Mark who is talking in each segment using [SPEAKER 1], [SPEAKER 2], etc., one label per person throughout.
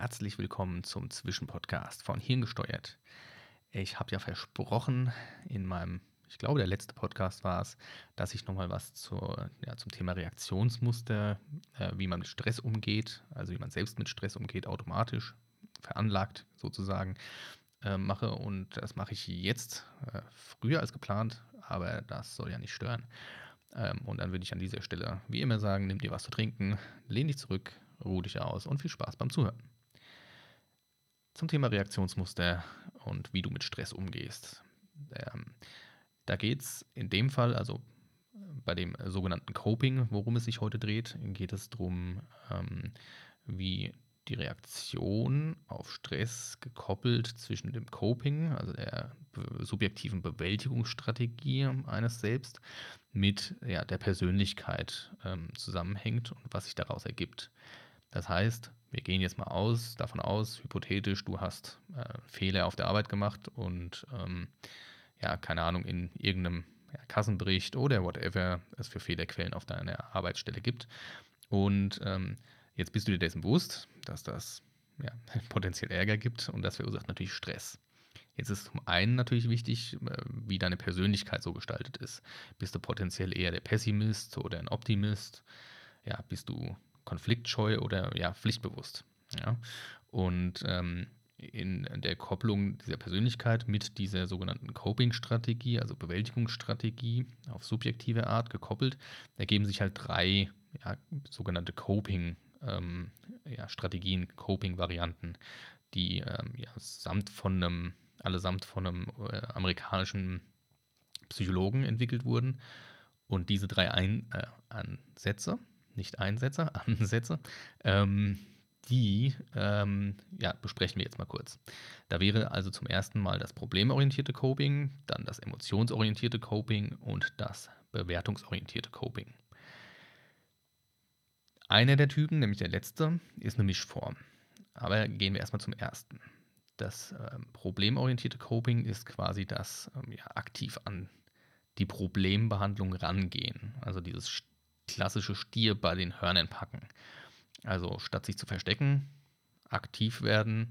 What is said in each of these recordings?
[SPEAKER 1] herzlich willkommen zum Zwischenpodcast von Hirngesteuert. Ich habe ja versprochen in meinem, ich glaube, der letzte Podcast war es, dass ich nochmal was zum Thema Reaktionsmuster, wie man mit Stress umgeht, also wie man selbst mit Stress umgeht, automatisch veranlagt sozusagen, mache. Und das mache ich jetzt früher als geplant, aber das soll ja nicht stören. Und dann würde ich an dieser Stelle wie immer sagen, nimm dir was zu trinken, lehn dich zurück, ruh dich aus und viel Spaß beim Zuhören. Zum Thema Reaktionsmuster und wie du mit Stress umgehst. Ähm, Da geht es in dem Fall, also bei dem sogenannten Coping, worum es sich heute dreht, geht es darum, wie die Reaktion auf Stress gekoppelt zwischen dem Coping, also der subjektiven Bewältigungsstrategie eines Selbst, mit der Persönlichkeit zusammenhängt und was sich daraus ergibt. Das heißt, wir gehen jetzt mal davon aus, hypothetisch, du hast Fehler auf der Arbeit gemacht und keine Ahnung, in irgendeinem Kassenbericht oder whatever es für Fehlerquellen auf deiner Arbeitsstelle gibt. Und jetzt bist du dir dessen bewusst, dass das potenziell Ärger gibt und das verursacht natürlich Stress. Jetzt ist zum einen natürlich wichtig, wie deine Persönlichkeit so gestaltet ist. Bist du potenziell eher der Pessimist oder ein Optimist? Ja, bist du konfliktscheu oder pflichtbewusst? Ja? Und in der Kopplung dieser Persönlichkeit mit dieser sogenannten Coping-Strategie, also Bewältigungsstrategie auf subjektive Art gekoppelt, ergeben sich halt drei sogenannte Coping-Strategien, Coping-Varianten, die allesamt von einem amerikanischen Psychologen entwickelt wurden. Und diese drei Ansätze, nicht Einsätze, Ansätze, die besprechen wir jetzt mal kurz. Da wäre also zum ersten Mal das problemorientierte Coping, dann das emotionsorientierte Coping und das bewertungsorientierte Coping. Einer der Typen, nämlich der letzte, ist eine Mischform. Aber gehen wir erstmal zum ersten. Das problemorientierte Coping ist quasi das aktiv an die Problembehandlung rangehen. Also dieses klassische Stier bei den Hörnern packen. Also statt sich zu verstecken, aktiv werden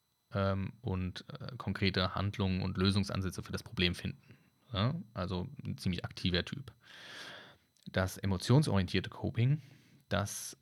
[SPEAKER 1] und konkrete Handlungen und Lösungsansätze für das Problem finden. Ja? Also ein ziemlich aktiver Typ. Das emotionsorientierte Coping, das,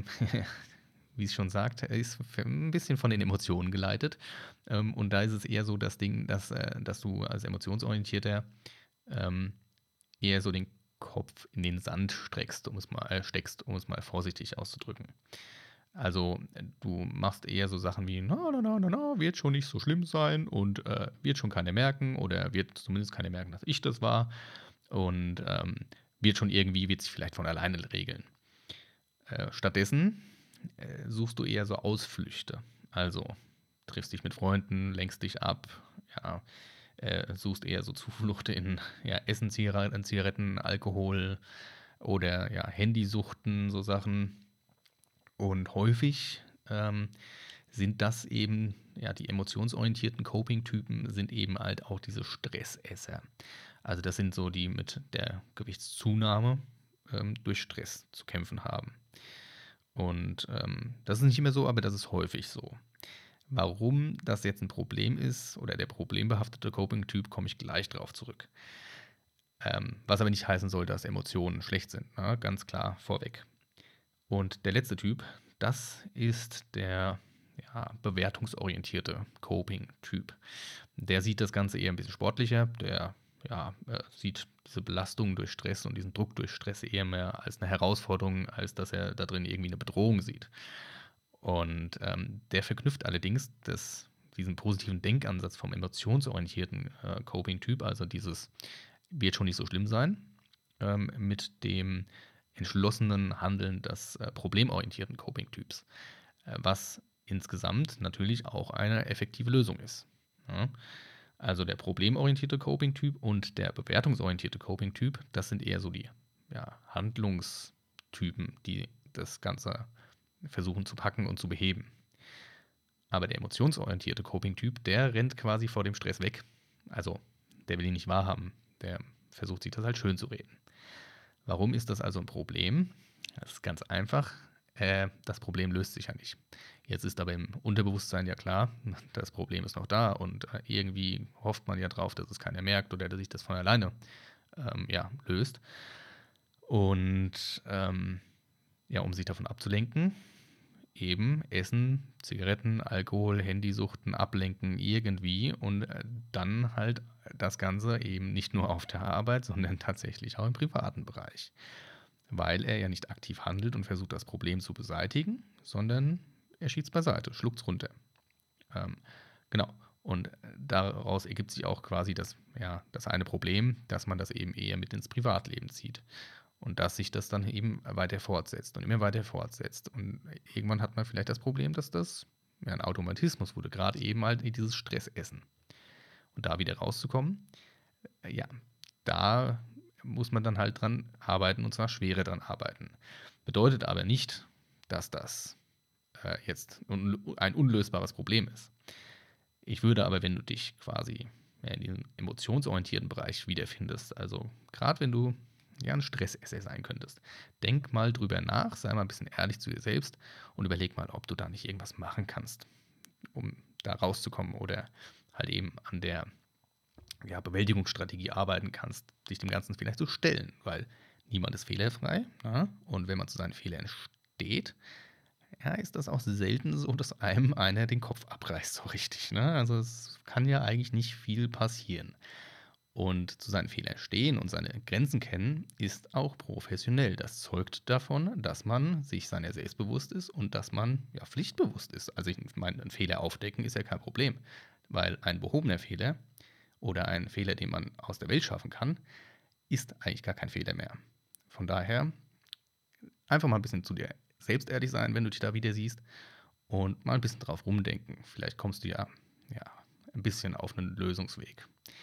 [SPEAKER 1] wie es schon sagt, ist ein bisschen von den Emotionen geleitet. Und da ist es eher so das Ding, dass du als emotionsorientierter ähm, eher so den Kopf in den Sand steckst, um es mal vorsichtig auszudrücken. Also du machst eher so Sachen wie, na, wird schon nicht so schlimm sein und wird schon keiner merken oder wird zumindest keiner merken, dass ich das war und wird sich vielleicht von alleine regeln. Stattdessen suchst du eher so Ausflüchte. Also triffst dich mit Freunden, lenkst dich ab, ja, suchst eher so Zuflucht in Essen, Zigaretten, Alkohol oder Handysuchten, so Sachen. Und häufig sind das eben, die emotionsorientierten Coping-Typen sind eben halt auch diese Stressesser. Also das sind so die mit der Gewichtszunahme durch Stress zu kämpfen haben. Und das ist nicht immer so, aber das ist häufig so. Warum das jetzt ein Problem ist oder der problembehaftete Coping-Typ, komme ich gleich drauf zurück. Was aber nicht heißen soll, dass Emotionen schlecht sind, ne? Ganz klar vorweg. Und der letzte Typ, das ist der bewertungsorientierte Coping-Typ. Der sieht das Ganze eher ein bisschen sportlicher, der sieht diese Belastung durch Stress und diesen Druck durch Stress eher mehr als eine Herausforderung, als dass er da drin irgendwie eine Bedrohung sieht. Und der verknüpft allerdings diesen positiven Denkansatz vom emotionsorientierten Coping-Typ, also dieses wird schon nicht so schlimm sein, mit dem entschlossenen Handeln des problemorientierten Coping-Typs, was insgesamt natürlich auch eine effektive Lösung ist. Ja? Also der problemorientierte Coping-Typ und der bewertungsorientierte Coping-Typ, das sind eher so die Handlungstypen, die das Ganze versuchen zu packen und zu beheben. Aber der emotionsorientierte Coping-Typ, der rennt quasi vor dem Stress weg. Also der will ihn nicht wahrhaben. Der versucht sich das halt schön zu reden. Warum ist das also ein Problem? Das ist ganz einfach. das Problem löst sich ja nicht. Jetzt ist aber im Unterbewusstsein ja klar, das Problem ist noch da und irgendwie hofft man ja drauf, dass es keiner merkt oder dass sich das von alleine ja, löst. Und ja, um sich davon abzulenken, eben Essen, Zigaretten, Alkohol, Handysuchten, ablenken irgendwie und dann halt das Ganze eben nicht nur auf der Arbeit, sondern tatsächlich auch im privaten Bereich. Weil er ja nicht aktiv handelt und versucht, das Problem zu beseitigen, sondern er schiebt es beiseite, schluckt es runter. Ähm, genau. Und daraus ergibt sich auch quasi das eine Problem, dass man das eben eher mit ins Privatleben zieht. Und dass sich das dann eben weiter fortsetzt und immer weiter fortsetzt. Und irgendwann hat man vielleicht das Problem, dass das ja, ein Automatismus wurde, gerade eben halt dieses Stressessen. Und da wieder rauszukommen, ja, da muss man dann halt dran arbeiten und zwar schwerer dran arbeiten. Bedeutet aber nicht, dass das jetzt ein unlösbares Problem ist. Ich würde aber, wenn du dich quasi ja, in diesem emotionsorientierten Bereich wiederfindest, also gerade wenn du ja ein Stressesser sein könntest, denk mal drüber nach, sei mal ein bisschen ehrlich zu dir selbst und überleg mal, ob du da nicht irgendwas machen kannst, um da rauszukommen oder halt eben an der ja, Bewältigungsstrategie arbeiten kannst, dich dem Ganzen vielleicht zu stellen, weil niemand ist fehlerfrei. Ja? Und wenn man zu seinen Fehlern steht, ja, ist das auch selten so, dass einem einer den Kopf abreißt, so richtig. Ne? Also es kann ja eigentlich nicht viel passieren. Und zu seinen Fehlern stehen und seine Grenzen kennen, ist auch professionell. Das zeugt davon, dass man sich seiner selbst bewusst ist und dass man ja pflichtbewusst ist. Also ich meine, ein Fehler aufdecken ist ja kein Problem, weil ein behobener Fehler oder ein Fehler, den man aus der Welt schaffen kann, ist eigentlich gar kein Fehler mehr. Von daher einfach mal ein bisschen zu dir selbst ehrlich sein, wenn du dich da wieder siehst und mal ein bisschen drauf rumdenken. Vielleicht kommst du ja ein bisschen auf einen Lösungsweg.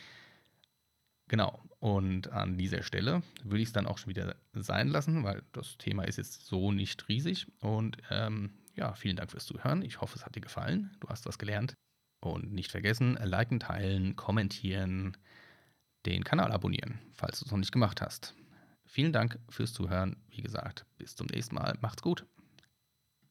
[SPEAKER 1] Genau, und an dieser Stelle würde ich es dann auch schon wieder sein lassen, weil das Thema ist jetzt so nicht riesig. Und ja, vielen Dank fürs Zuhören. Ich hoffe, es hat dir gefallen. Du hast was gelernt. Und nicht vergessen, liken, teilen, kommentieren, den Kanal abonnieren, falls du es noch nicht gemacht hast. Vielen Dank fürs Zuhören. Wie gesagt, bis zum nächsten Mal. Macht's gut.